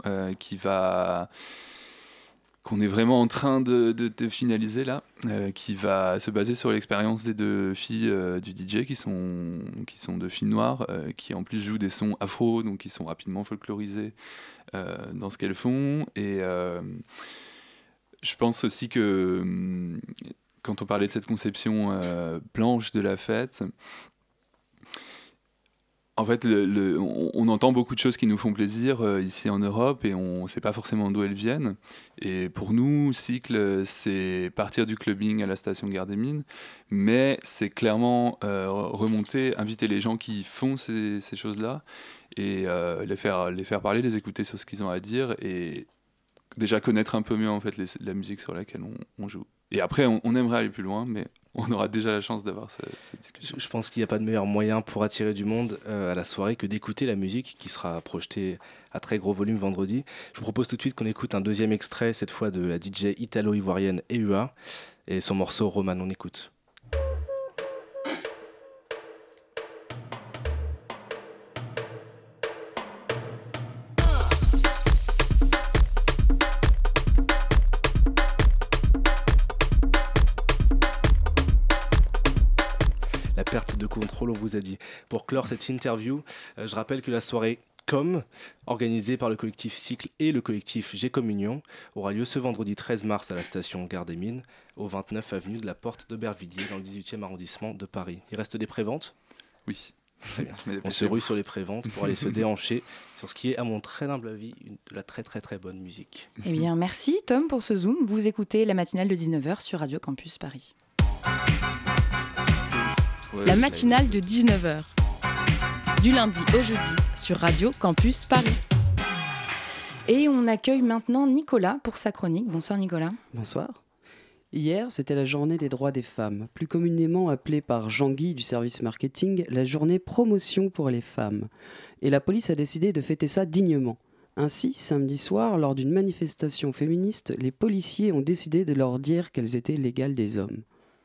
qu'on est vraiment en train de finaliser là, qui va se baser sur l'expérience des deux filles du DJ qui sont deux filles noires, qui en plus jouent des sons afro, donc qui sont rapidement folklorisés dans ce qu'elles font. Et je pense aussi que quand on parlait de cette conception blanche de la fête, en fait, on entend beaucoup de choses qui nous font plaisir ici en Europe et on ne sait pas forcément d'où elles viennent. Et pour nous, Cycle, c'est partir du clubbing à la station Gare des Mines, mais c'est clairement remonter, inviter les gens qui font ces choses-là et les faire parler, les écouter sur ce qu'ils ont à dire et déjà connaître un peu mieux en fait la musique sur laquelle on joue. Et après, on aimerait aller plus loin, mais on aura déjà la chance d'avoir cette discussion. Je pense qu'il n'y a pas de meilleur moyen pour attirer du monde à la soirée que d'écouter la musique qui sera projetée à très gros volume vendredi. Je vous propose tout de suite qu'on écoute un deuxième extrait, cette fois de la DJ italo-ivoirienne EUA et son morceau Roman. On écoute. La perte de contrôle, on vous a dit. Pour clore cette interview, je rappelle que la soirée Com, organisée par le collectif Cycle et le collectif J'ai Communion, aura lieu ce vendredi 13 mars à la station Gare des Mines, au 29 avenue de la Porte d'Aubervilliers, dans le 18e arrondissement de Paris. Il reste des préventes? Oui. Très bien. On se rue sur les préventes pour aller se déhancher sur ce qui est, à mon très humble avis, de la très très très bonne musique. Eh bien, merci Tom pour ce zoom. Vous écoutez la matinale de 19h sur Radio Campus Paris. La matinale de 19h, du lundi au jeudi, sur Radio Campus Paris. Et on accueille maintenant Nicolas pour sa chronique. Bonsoir Nicolas. Bonsoir. Hier, c'était la journée des droits des femmes, plus communément appelée par Jean-Guy du service marketing la journée promotion pour les femmes. Et la police a décidé de fêter ça dignement. Ainsi, samedi soir, lors d'une manifestation féministe, les policiers ont décidé de leur dire qu'elles étaient l'égale des hommes.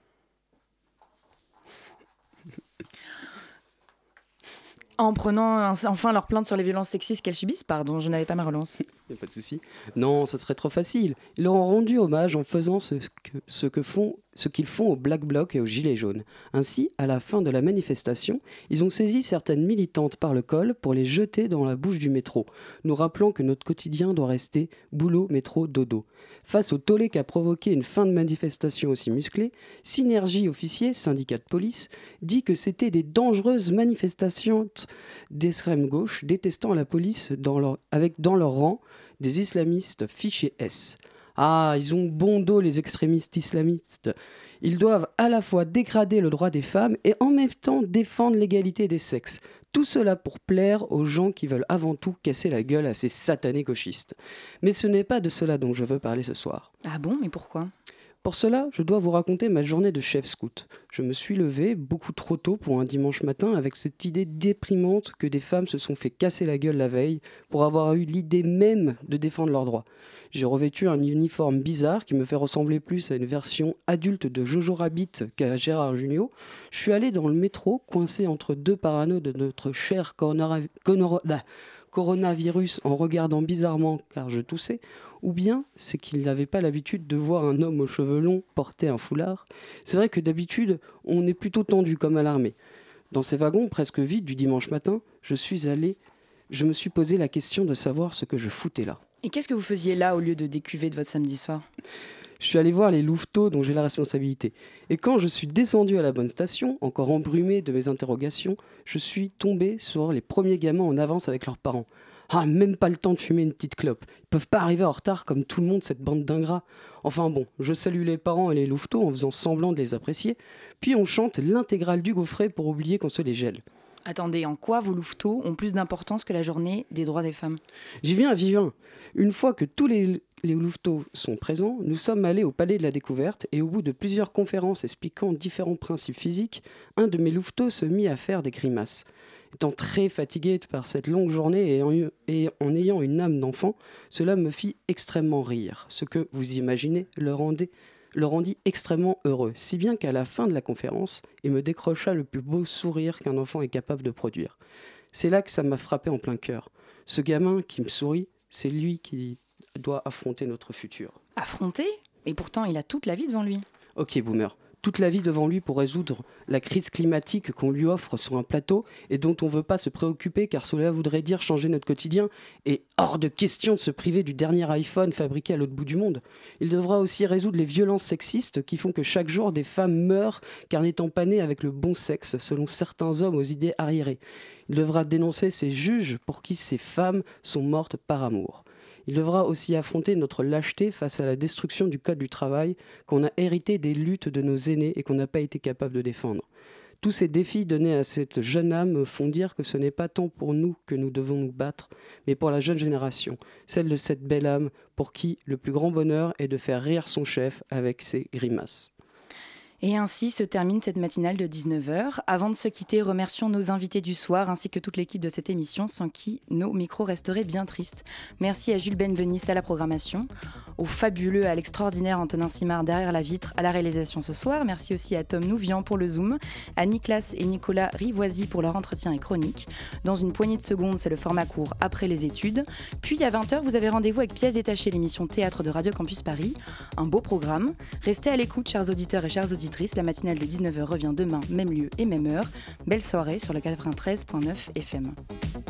En prenant enfin leur plainte sur les violences sexistes qu'elles subissent, pardon, je n'avais pas ma relance. Il n'y a pas de souci. Non, ça serait trop facile. Ils leur ont rendu hommage en faisant ce que font ce qu'ils font aux Black Blocs et aux Gilets jaunes. Ainsi, à la fin de la manifestation, ils ont saisi certaines militantes par le col pour les jeter dans la bouche du métro, nous rappelant que notre quotidien doit rester boulot, métro, dodo. Face au tollé qu'a provoqué une fin de manifestation aussi musclée, Synergie Officier, syndicat de police, dit que c'était des dangereuses manifestations d'extrême gauche détestant la police avec dans leur rang des islamistes fichés S. Ah, ils ont bon dos les extrémistes islamistes. Ils doivent à la fois dégrader le droit des femmes et en même temps défendre l'égalité des sexes. Tout cela pour plaire aux gens qui veulent avant tout casser la gueule à ces satanés gauchistes. Mais ce n'est pas de cela dont je veux parler ce soir. Ah bon, mais pourquoi ? Pour cela, je dois vous raconter ma journée de chef scout. Je me suis levé beaucoup trop tôt pour un dimanche matin avec cette idée déprimante que des femmes se sont fait casser la gueule la veille pour avoir eu l'idée même de défendre leurs droits. J'ai revêtu un uniforme bizarre qui me fait ressembler plus à une version adulte de Jojo Rabbit qu'à Gérard Jugnot. Je suis allé dans le métro, coincé entre deux paranos de notre cher coronavirus en regardant bizarrement car je toussais, ou bien c'est qu'il n'avait pas l'habitude de voir un homme aux cheveux longs porter un foulard. C'est vrai que d'habitude, on est plutôt tendu comme à l'armée. Dans ces wagons presque vides du dimanche matin, je me suis posé la question de savoir ce que je foutais là. Et qu'est-ce que vous faisiez là au lieu de décuver de votre samedi soir ? Je suis allé voir les louveteaux dont j'ai la responsabilité. Et quand je suis descendu à la bonne station, encore embrumé de mes interrogations, je suis tombé sur les premiers gamins en avance avec leurs parents. Ah, même pas le temps de fumer une petite clope. Ils peuvent pas arriver en retard comme tout le monde, cette bande d'ingrats. Enfin bon, je salue les parents et les louveteaux en faisant semblant de les apprécier, puis on chante l'intégrale du Gaufret pour oublier qu'on se les gèle. Attendez, en quoi vos louveteaux ont plus d'importance que la journée des droits des femmes ? J'y viens. Une fois que tous les louveteaux sont présents, nous sommes allés au Palais de la Découverte et au bout de plusieurs conférences expliquant différents principes physiques, un de mes louveteaux se mit à faire des grimaces. Étant très fatigué par cette longue journée et en ayant une âme d'enfant, cela me fit extrêmement rire, ce que, vous imaginez, le rendit extrêmement heureux, si bien qu'à la fin de la conférence, il me décrocha le plus beau sourire qu'un enfant est capable de produire. C'est là que ça m'a frappé en plein cœur. Ce gamin qui me sourit, c'est lui qui doit affronter notre futur. Affronter ? Et pourtant, il a toute la vie devant lui. Ok, boomer. Toute la vie devant lui pour résoudre la crise climatique qu'on lui offre sur un plateau et dont on ne veut pas se préoccuper car cela voudrait dire changer notre quotidien et hors de question de se priver du dernier iPhone fabriqué à l'autre bout du monde. Il devra aussi résoudre les violences sexistes qui font que chaque jour des femmes meurent car n'étant pas nées avec le bon sexe selon certains hommes aux idées arriérées. Il devra dénoncer ces juges pour qui ces femmes sont mortes par amour. Il devra aussi affronter notre lâcheté face à la destruction du code du travail qu'on a hérité des luttes de nos aînés et qu'on n'a pas été capable de défendre. Tous ces défis donnés à cette jeune âme me font dire que ce n'est pas tant pour nous que nous devons nous battre, mais pour la jeune génération, celle de cette belle âme pour qui le plus grand bonheur est de faire rire son chef avec ses grimaces. Et ainsi se termine cette matinale de 19h. Avant de se quitter, remercions nos invités du soir ainsi que toute l'équipe de cette émission sans qui nos micros resteraient bien tristes. Merci à Jules Benveniste à la programmation, au fabuleux, à l'extraordinaire Antonin Simard derrière la vitre à la réalisation ce soir. Merci aussi à Tom Nouvian pour le Zoom, à Nicolas et Nicolas Rivoisi pour leur entretien et chronique. Dans une poignée de secondes, c'est le format court après les études. Puis à 20h, vous avez rendez-vous avec Pièces détachées, l'émission théâtre de Radio Campus Paris. Un beau programme. Restez à l'écoute, chers auditeurs et chères auditrices. La matinale de 19h revient demain, même lieu et même heure. Belle soirée sur le 93.9 FM.